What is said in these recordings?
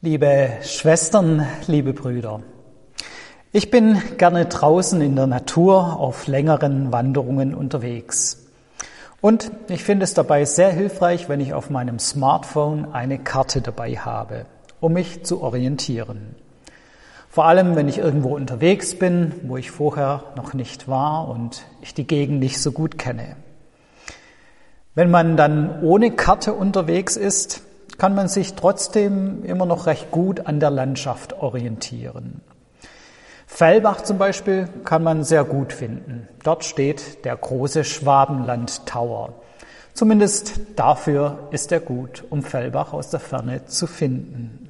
Liebe Schwestern, liebe Brüder, ich bin gerne draußen in der Natur auf längeren Wanderungen unterwegs. Und ich finde es dabei sehr hilfreich, wenn ich auf meinem Smartphone eine Karte dabei habe, um mich zu orientieren. Vor allem, wenn ich irgendwo unterwegs bin, wo ich vorher noch nicht war und ich die Gegend nicht so gut kenne. Wenn man dann ohne Karte unterwegs ist, kann man sich trotzdem immer noch recht gut an der Landschaft orientieren. Fellbach zum Beispiel kann man sehr gut finden. Dort steht der große Schwabenland Tower. Zumindest dafür ist er gut, um Fellbach aus der Ferne zu finden.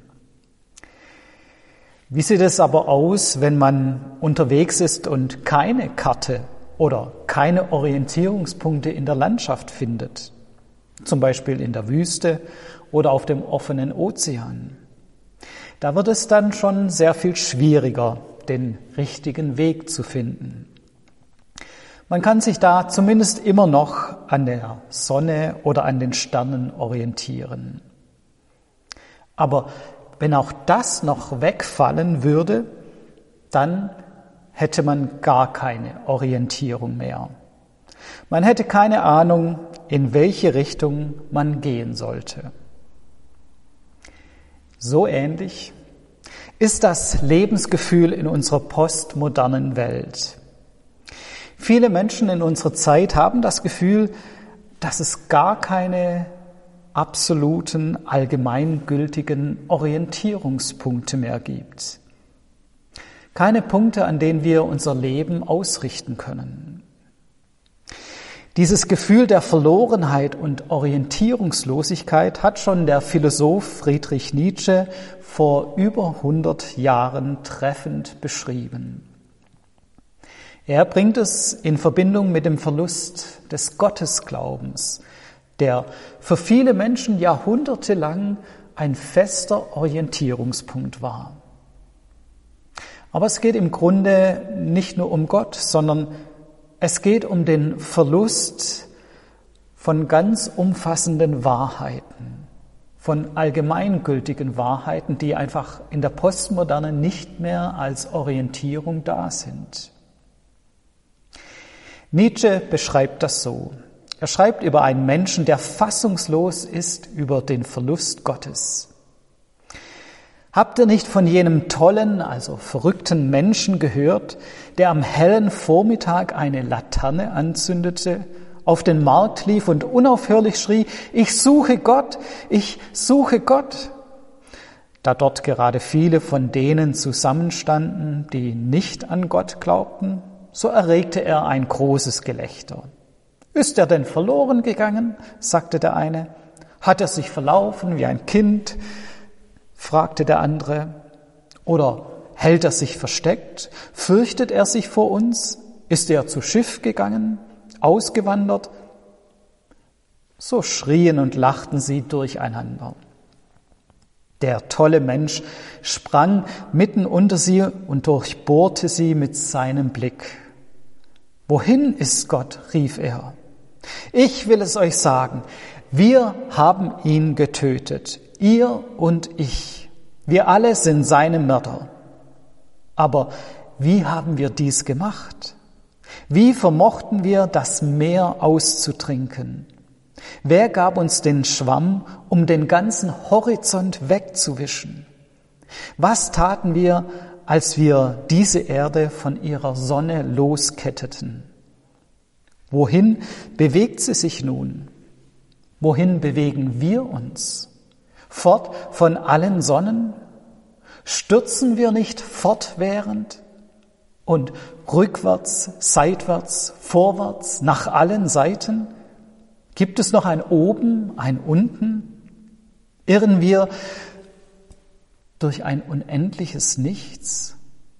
Wie sieht es aber aus, wenn man unterwegs ist und keine Karte oder keine Orientierungspunkte in der Landschaft findet? Zum Beispiel in der Wüste oder auf dem offenen Ozean. Da wird es dann schon sehr viel schwieriger, den richtigen Weg zu finden. Man kann sich da zumindest immer noch an der Sonne oder an den Sternen orientieren. Aber wenn auch das noch wegfallen würde, dann hätte man gar keine Orientierung mehr. Man hätte keine Ahnung, in welche Richtung man gehen sollte. So ähnlich ist das Lebensgefühl in unserer postmodernen Welt. Viele Menschen in unserer Zeit haben das Gefühl, dass es gar keine absoluten, allgemeingültigen Orientierungspunkte mehr gibt. Keine Punkte, an denen wir unser Leben ausrichten können. Dieses Gefühl der Verlorenheit und Orientierungslosigkeit hat schon der Philosoph Friedrich Nietzsche vor über 100 Jahren treffend beschrieben. Er bringt es in Verbindung mit dem Verlust des Gottesglaubens, der für viele Menschen jahrhundertelang ein fester Orientierungspunkt war. Aber es geht im Grunde nicht nur um Gott, sondern es geht um den Verlust von ganz umfassenden Wahrheiten, von allgemeingültigen Wahrheiten, die einfach in der Postmoderne nicht mehr als Orientierung da sind. Nietzsche beschreibt das so. Er schreibt über einen Menschen, der fassungslos ist über den Verlust Gottes. Habt ihr nicht von jenem tollen, also verrückten Menschen gehört, der am hellen Vormittag eine Laterne anzündete, auf den Markt lief und unaufhörlich schrie, ich suche Gott, ich suche Gott. Da dort gerade viele von denen zusammenstanden, die nicht an Gott glaubten, so erregte er ein großes Gelächter. Ist er denn verloren gegangen? Sagte der eine. Hat er sich verlaufen wie ein Kind? Fragte der andere. Oder hält er sich versteckt? Fürchtet er sich vor uns? Ist er zu Schiff gegangen? Ausgewandert? So schrien und lachten sie durcheinander. Der tolle Mensch sprang mitten unter sie und durchbohrte sie mit seinem Blick. Wohin ist Gott? Rief er. Ich will es euch sagen, wir haben ihn getötet, ihr und ich. Wir alle sind seine Mörder. Aber wie haben wir dies gemacht? Wie vermochten wir, das Meer auszutrinken? Wer gab uns den Schwamm, um den ganzen Horizont wegzuwischen? Was taten wir, als wir diese Erde von ihrer Sonne losketteten? Wohin bewegt sie sich nun? Wohin bewegen wir uns? Fort von allen Sonnen? Stürzen wir nicht fortwährend und rückwärts, seitwärts, vorwärts, nach allen Seiten? Gibt es noch ein Oben, ein Unten? Irren wir durch ein unendliches Nichts?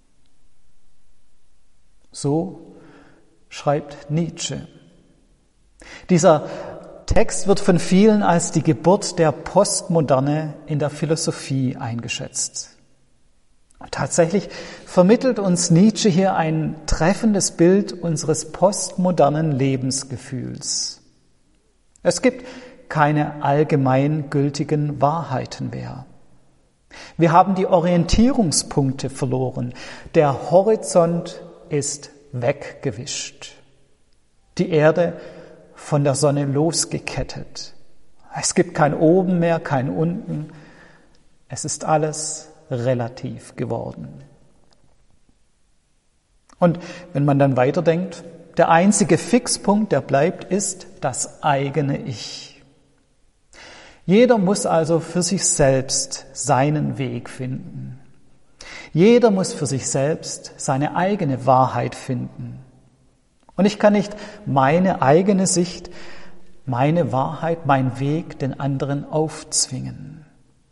So schreibt Nietzsche. Dieser Text wird von vielen als die Geburt der Postmoderne in der Philosophie eingeschätzt. Tatsächlich vermittelt uns Nietzsche hier ein treffendes Bild unseres postmodernen Lebensgefühls. Es gibt keine allgemeingültigen Wahrheiten mehr. Wir haben die Orientierungspunkte verloren. Der Horizont ist weggewischt. Die Erde von der Sonne losgekettet. Es gibt kein Oben mehr, kein Unten. Es ist alles relativ geworden. Und wenn man dann weiterdenkt, der einzige Fixpunkt, der bleibt, ist das eigene Ich. Jeder muss also für sich selbst seinen Weg finden. Jeder muss für sich selbst seine eigene Wahrheit finden. Und ich kann nicht meine eigene Sicht, meine Wahrheit, mein Weg den anderen aufzwingen.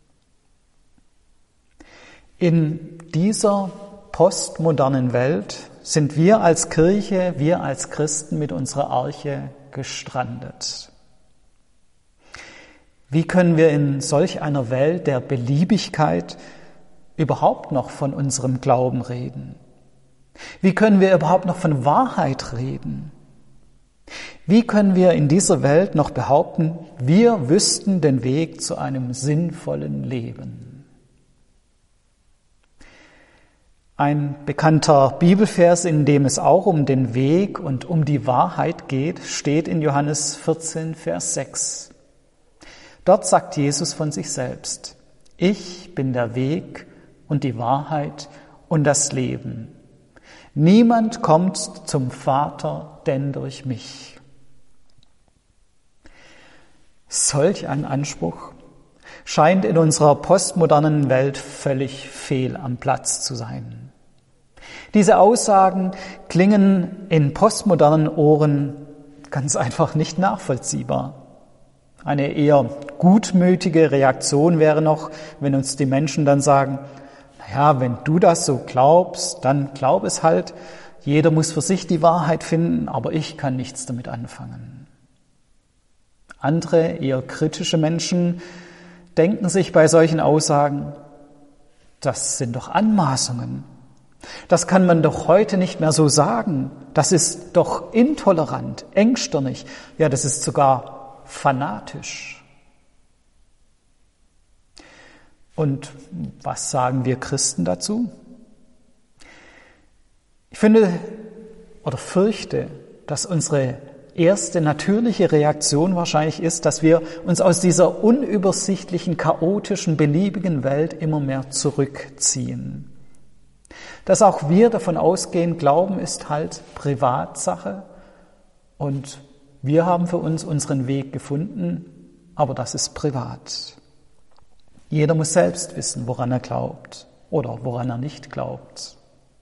In dieser postmodernen Welt sind wir als Kirche, wir als Christen mit unserer Arche gestrandet. Wie können wir in solch einer Welt der Beliebigkeit überhaupt noch von unserem Glauben reden? Wie können wir überhaupt noch von Wahrheit reden? Wie können wir in dieser Welt noch behaupten, wir wüssten den Weg zu einem sinnvollen Leben? Ein bekannter Bibelvers, in dem es auch um den Weg und um die Wahrheit geht, steht in Johannes 14, Vers 6. Dort sagt Jesus von sich selbst: Ich bin der Weg und die Wahrheit und das Leben. Niemand kommt zum Vater, denn durch mich. Solch ein Anspruch scheint in unserer postmodernen Welt völlig fehl am Platz zu sein. Diese Aussagen klingen in postmodernen Ohren ganz einfach nicht nachvollziehbar. Eine eher gutmütige Reaktion wäre noch, wenn uns die Menschen dann sagen: Naja, wenn du das so glaubst, dann glaub es halt. Jeder muss für sich die Wahrheit finden, aber ich kann nichts damit anfangen. Andere, eher kritische Menschen denken sich bei solchen Aussagen: Das sind doch Anmaßungen. Das kann man doch heute nicht mehr so sagen. Das ist doch intolerant, engstirnig. Ja, das ist sogar fanatisch. Und was sagen wir Christen dazu? Ich finde oder fürchte, dass unsere erste natürliche Reaktion wahrscheinlich ist, dass wir uns aus dieser unübersichtlichen, chaotischen, beliebigen Welt immer mehr zurückziehen. Dass auch wir davon ausgehen, Glauben ist halt Privatsache und wir haben für uns unseren Weg gefunden, aber das ist privat. Jeder muss selbst wissen, woran er glaubt oder woran er nicht glaubt.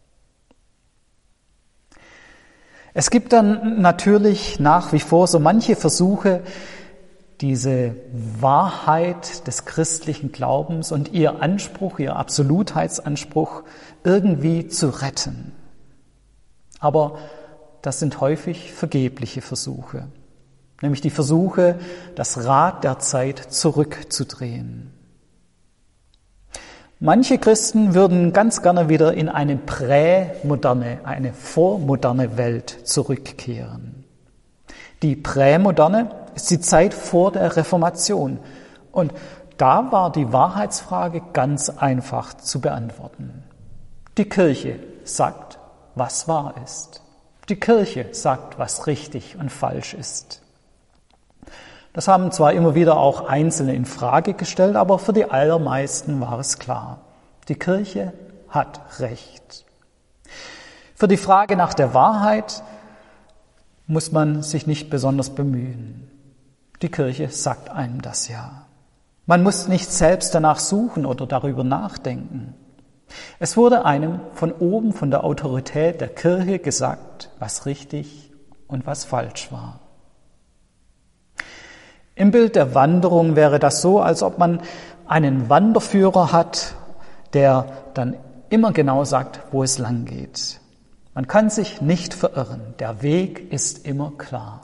Es gibt dann natürlich nach wie vor so manche Versuche, diese Wahrheit des christlichen Glaubens und ihr Anspruch, ihr Absolutheitsanspruch irgendwie zu retten. Aber das sind häufig vergebliche Versuche, nämlich die Versuche, das Rad der Zeit zurückzudrehen. Manche Christen würden ganz gerne wieder in eine prämoderne, eine vormoderne Welt zurückkehren. Die Prämoderne ist die Zeit vor der Reformation. Und da war die Wahrheitsfrage ganz einfach zu beantworten. Die Kirche sagt, was wahr ist. Die Kirche sagt, was richtig und falsch ist. Das haben zwar immer wieder auch Einzelne in Frage gestellt, aber für die allermeisten war es klar. Die Kirche hat Recht. Für die Frage nach der Wahrheit muss man sich nicht besonders bemühen. Die Kirche sagt einem das ja. Man muss nicht selbst danach suchen oder darüber nachdenken. Es wurde einem von oben, von der Autorität der Kirche gesagt, was richtig und was falsch war. Im Bild der Wanderung wäre das so, als ob man einen Wanderführer hat, der dann immer genau sagt, wo es lang geht. Man kann sich nicht verirren. Der Weg ist immer klar.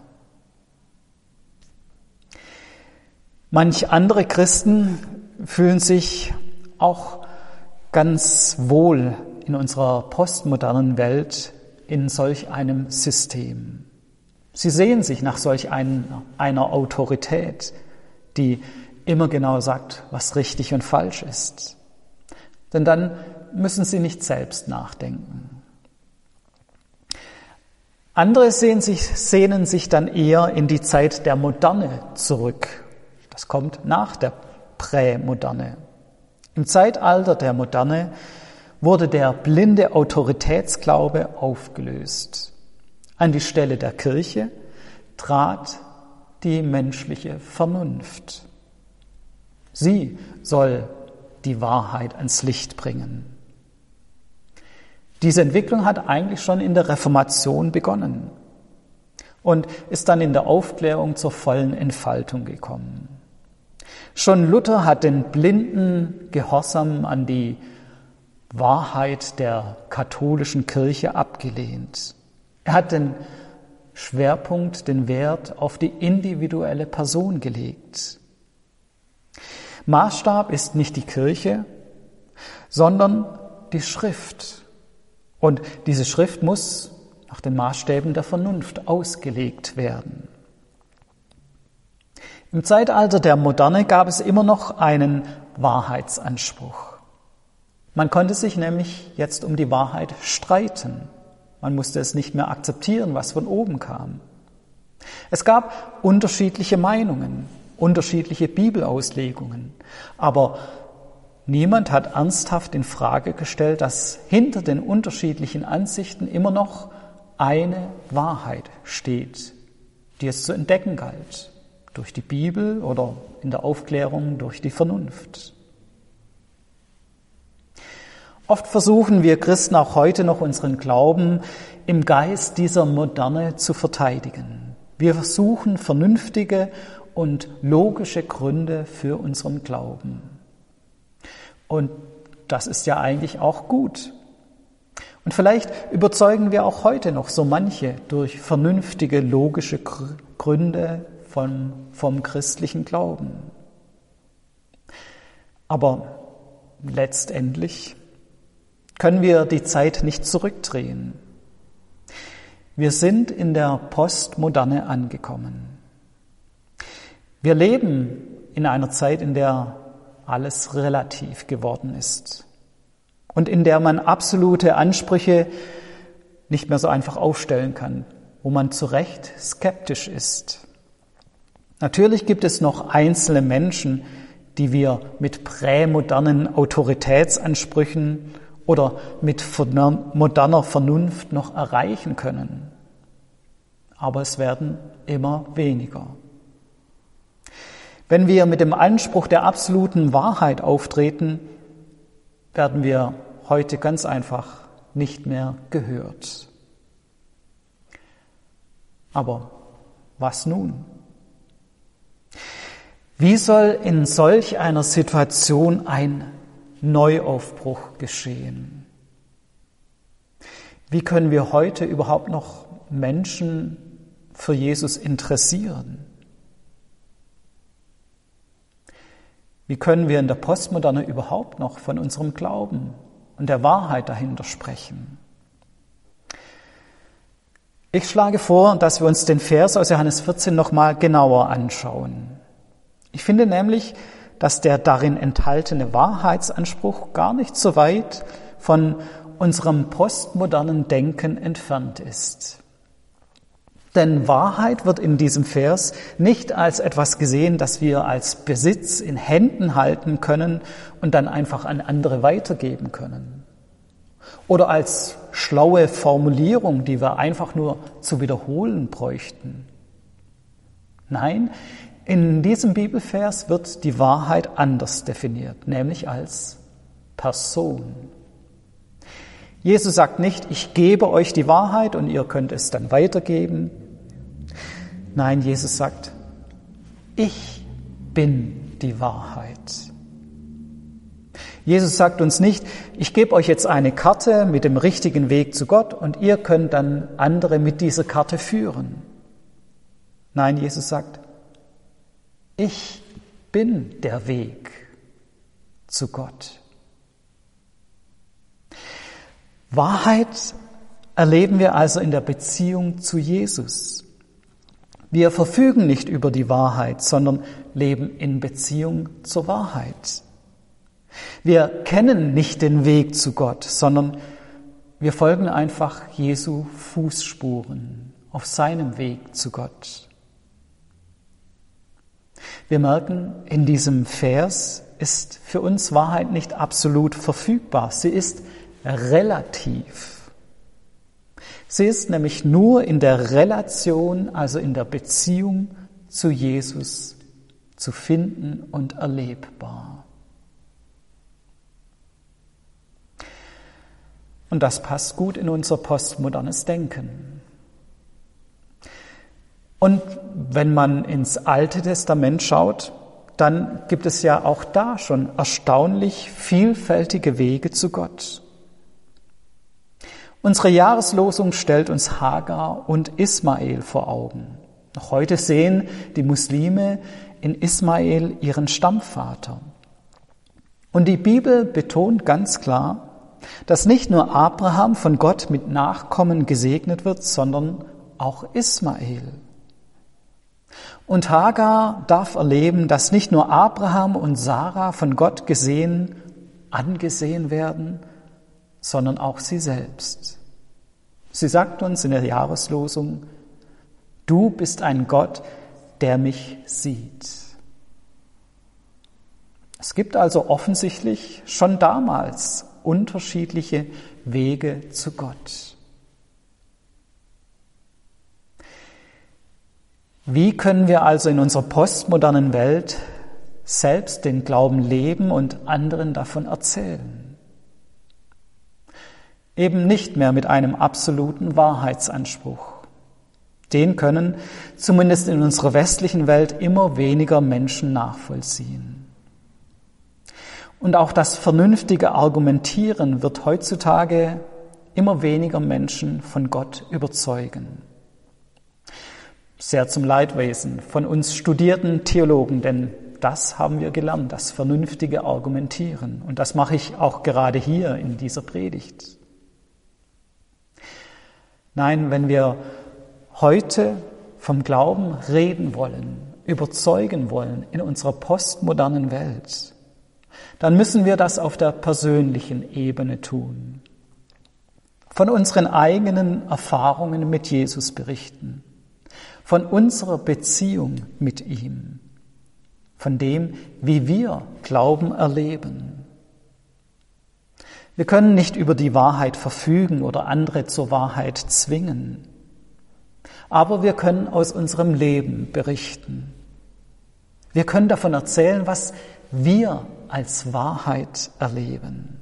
Manch andere Christen fühlen sich auch ganz wohl in unserer postmodernen Welt in solch einem System. Sie sehen sich nach solch einer Autorität, die immer genau sagt, was richtig und falsch ist. Denn dann müssen sie nicht selbst nachdenken. Andere sehnen sich dann eher in die Zeit der Moderne zurück. Das kommt nach der Prämoderne. Im Zeitalter der Moderne wurde der blinde Autoritätsglaube aufgelöst. An die Stelle der Kirche trat die menschliche Vernunft. Sie soll die Wahrheit ans Licht bringen. Diese Entwicklung hat eigentlich schon in der Reformation begonnen und ist dann in der Aufklärung zur vollen Entfaltung gekommen. Schon Luther hat den blinden Gehorsam an die Wahrheit der katholischen Kirche abgelehnt. Er hat den Schwerpunkt, den Wert auf die individuelle Person gelegt. Maßstab ist nicht die Kirche, sondern die Schrift. Und diese Schrift muss nach den Maßstäben der Vernunft ausgelegt werden. Im Zeitalter der Moderne gab es immer noch einen Wahrheitsanspruch. Man konnte sich nämlich jetzt um die Wahrheit streiten. Man musste es nicht mehr akzeptieren, was von oben kam. Es gab unterschiedliche Meinungen, unterschiedliche Bibelauslegungen, aber niemand hat ernsthaft in Frage gestellt, dass hinter den unterschiedlichen Ansichten immer noch eine Wahrheit steht, die es zu entdecken galt, durch die Bibel oder in der Aufklärung durch die Vernunft. Oft versuchen wir Christen auch heute noch unseren Glauben im Geist dieser Moderne zu verteidigen. Wir versuchen vernünftige und logische Gründe für unseren Glauben. Und das ist ja eigentlich auch gut. Und vielleicht überzeugen wir auch heute noch so manche durch vernünftige, logische Gründe vom christlichen Glauben. Aber letztendlich können wir die Zeit nicht zurückdrehen. Wir sind in der Postmoderne angekommen. Wir leben in einer Zeit, in der alles relativ geworden ist und in der man absolute Ansprüche nicht mehr so einfach aufstellen kann, wo man zu Recht skeptisch ist. Natürlich gibt es noch einzelne Menschen, die wir mit prämodernen Autoritätsansprüchen oder mit moderner Vernunft noch erreichen können. Aber es werden immer weniger. Wenn wir mit dem Anspruch der absoluten Wahrheit auftreten, werden wir heute ganz einfach nicht mehr gehört. Aber was nun? Wie soll in solch einer Situation ein Neuaufbruch geschehen? Wie können wir heute überhaupt noch Menschen für Jesus interessieren? Wie können wir in der Postmoderne überhaupt noch von unserem Glauben und der Wahrheit dahinter sprechen? Ich schlage vor, dass wir uns den Vers aus Johannes 14 nochmal genauer anschauen. Ich finde nämlich, dass der darin enthaltene Wahrheitsanspruch gar nicht so weit von unserem postmodernen Denken entfernt ist. Denn Wahrheit wird in diesem Vers nicht als etwas gesehen, das wir als Besitz in Händen halten können und dann einfach an andere weitergeben können. Oder als schlaue Formulierung, die wir einfach nur zu wiederholen bräuchten. Nein, in diesem Bibelvers wird die Wahrheit anders definiert, nämlich als Person. Jesus sagt nicht, ich gebe euch die Wahrheit und ihr könnt es dann weitergeben. Nein, Jesus sagt, ich bin die Wahrheit. Jesus sagt uns nicht, ich gebe euch jetzt eine Karte mit dem richtigen Weg zu Gott und ihr könnt dann andere mit dieser Karte führen. Nein, Jesus sagt, ich bin der Weg zu Gott. Wahrheit erleben wir also in der Beziehung zu Jesus. Wir verfügen nicht über die Wahrheit, sondern leben in Beziehung zur Wahrheit. Wir kennen nicht den Weg zu Gott, sondern wir folgen einfach Jesu Fußspuren auf seinem Weg zu Gott. Wir merken, in diesem Vers ist für uns Wahrheit nicht absolut verfügbar. Sie ist relativ. Sie ist nämlich nur in der Relation, also in der Beziehung zu Jesus zu finden und erlebbar. Und das passt gut in unser postmodernes Denken. Und wenn man ins Alte Testament schaut, dann gibt es ja auch da schon erstaunlich vielfältige Wege zu Gott. Unsere Jahreslosung stellt uns Hagar und Ismael vor Augen. Noch heute sehen die Muslime in Ismael ihren Stammvater. Und die Bibel betont ganz klar, dass nicht nur Abraham von Gott mit Nachkommen gesegnet wird, sondern auch Ismael. Und Hagar darf erleben, dass nicht nur Abraham und Sarah von Gott angesehen werden, sondern auch sie selbst. Sie sagt uns in der Jahreslosung, du bist ein Gott, der mich sieht. Es gibt also offensichtlich schon damals unterschiedliche Wege zu Gott. Wie können wir also in unserer postmodernen Welt selbst den Glauben leben und anderen davon erzählen? Eben nicht mehr mit einem absoluten Wahrheitsanspruch. Den können, zumindest in unserer westlichen Welt, immer weniger Menschen nachvollziehen. Und auch das vernünftige Argumentieren wird heutzutage immer weniger Menschen von Gott überzeugen. Sehr zum Leidwesen von uns studierten Theologen, denn das haben wir gelernt, das vernünftige Argumentieren. Und das mache ich auch gerade hier in dieser Predigt. Nein, wenn wir heute vom Glauben reden wollen, überzeugen wollen in unserer postmodernen Welt, dann müssen wir das auf der persönlichen Ebene tun. Von unseren eigenen Erfahrungen mit Jesus berichten, von unserer Beziehung mit ihm, von dem, wie wir Glauben erleben. Wir können nicht über die Wahrheit verfügen oder andere zur Wahrheit zwingen, aber wir können aus unserem Leben berichten. Wir können davon erzählen, was wir als Wahrheit erleben.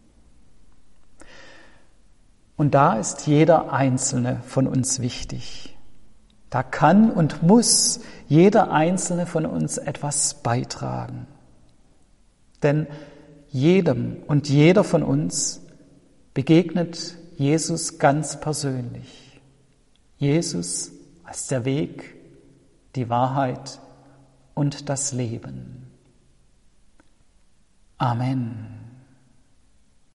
Und da ist jeder Einzelne von uns wichtig. Da kann und muss jeder Einzelne von uns etwas beitragen. Denn jedem und jeder von uns begegnet Jesus ganz persönlich. Jesus als der Weg, die Wahrheit und das Leben. Amen.